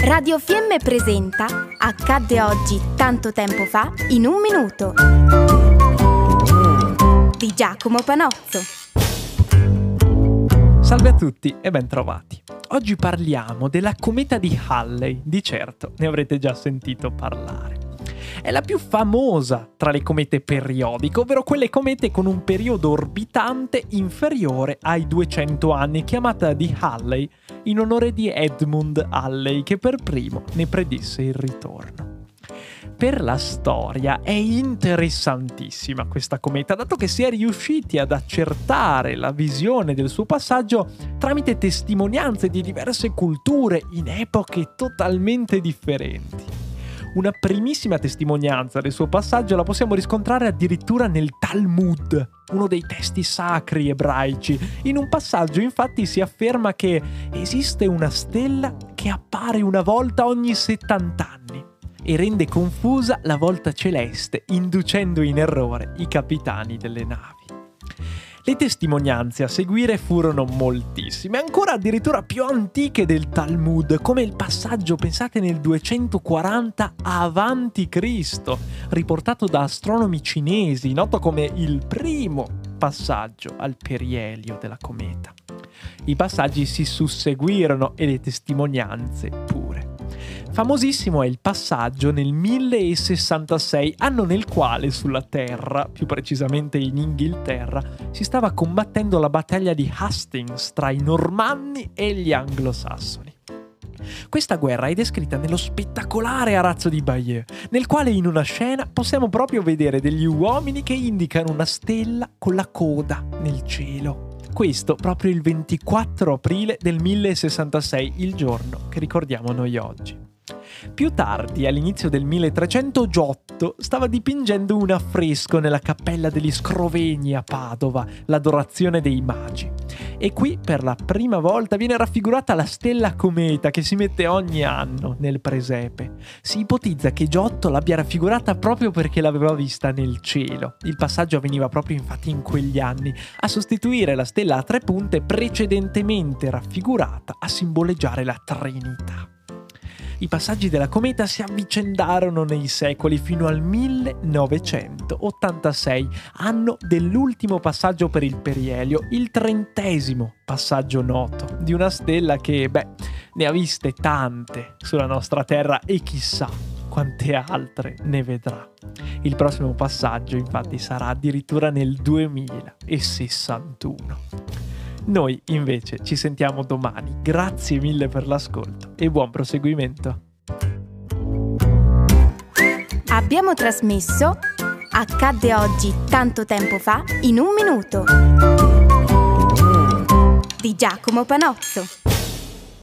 Radio Fiemme presenta Accadde oggi tanto tempo fa in un minuto di Giacomo Panozzo. Salve a tutti e ben trovati. Oggi parliamo della cometa di Halley. Di certo ne avrete già sentito parlare. È la più famosa tra le comete periodiche, ovvero quelle comete con un periodo orbitante inferiore ai 200 anni, chiamata di Halley in onore di Edmund Halley, che per primo ne predisse il ritorno. Per la storia è interessantissima questa cometa, dato che si è riusciti ad accertare la visione del suo passaggio tramite testimonianze di diverse culture in epoche totalmente differenti. Una primissima testimonianza del suo passaggio la possiamo riscontrare addirittura nel Talmud, uno dei testi sacri ebraici. In un passaggio infatti si afferma che esiste una stella che appare una volta ogni 70 anni e rende confusa la volta celeste, inducendo in errore i capitani delle navi. Le testimonianze a seguire furono moltissime, ancora addirittura più antiche del Talmud, come il passaggio, pensate, nel 240 avanti Cristo, riportato da astronomi cinesi, noto come il primo passaggio al perielio della cometa. I passaggi si susseguirono e le testimonianze pure. Famosissimo è il passaggio nel 1066, anno nel quale sulla Terra, più precisamente in Inghilterra, si stava combattendo la battaglia di Hastings tra i Normanni e gli Anglosassoni. Questa guerra è descritta nello spettacolare arazzo di Bayeux, nel quale in una scena possiamo proprio vedere degli uomini che indicano una stella con la coda nel cielo. Questo proprio il 24 aprile del 1066, il giorno che ricordiamo noi oggi. Più tardi, all'inizio del 1300, Giotto stava dipingendo un affresco nella cappella degli Scrovegni a Padova, l'Adorazione dei Magi. E qui, per la prima volta, viene raffigurata la stella cometa che si mette ogni anno nel presepe. Si ipotizza che Giotto l'abbia raffigurata proprio perché l'aveva vista nel cielo. Il passaggio avveniva proprio infatti in quegli anni, a sostituire la stella a tre punte precedentemente raffigurata a simboleggiare la Trinità. I passaggi della cometa si avvicendarono nei secoli fino al 1986, anno dell'ultimo passaggio per il perielio, il 30° passaggio noto di una stella che, ne ha viste tante sulla nostra Terra e chissà quante altre ne vedrà. Il prossimo passaggio infatti sarà addirittura nel 2061. Noi invece ci sentiamo domani. Grazie mille per l'ascolto e buon proseguimento. Abbiamo trasmesso Accadde oggi tanto tempo fa in un minuto di Giacomo Panozzo.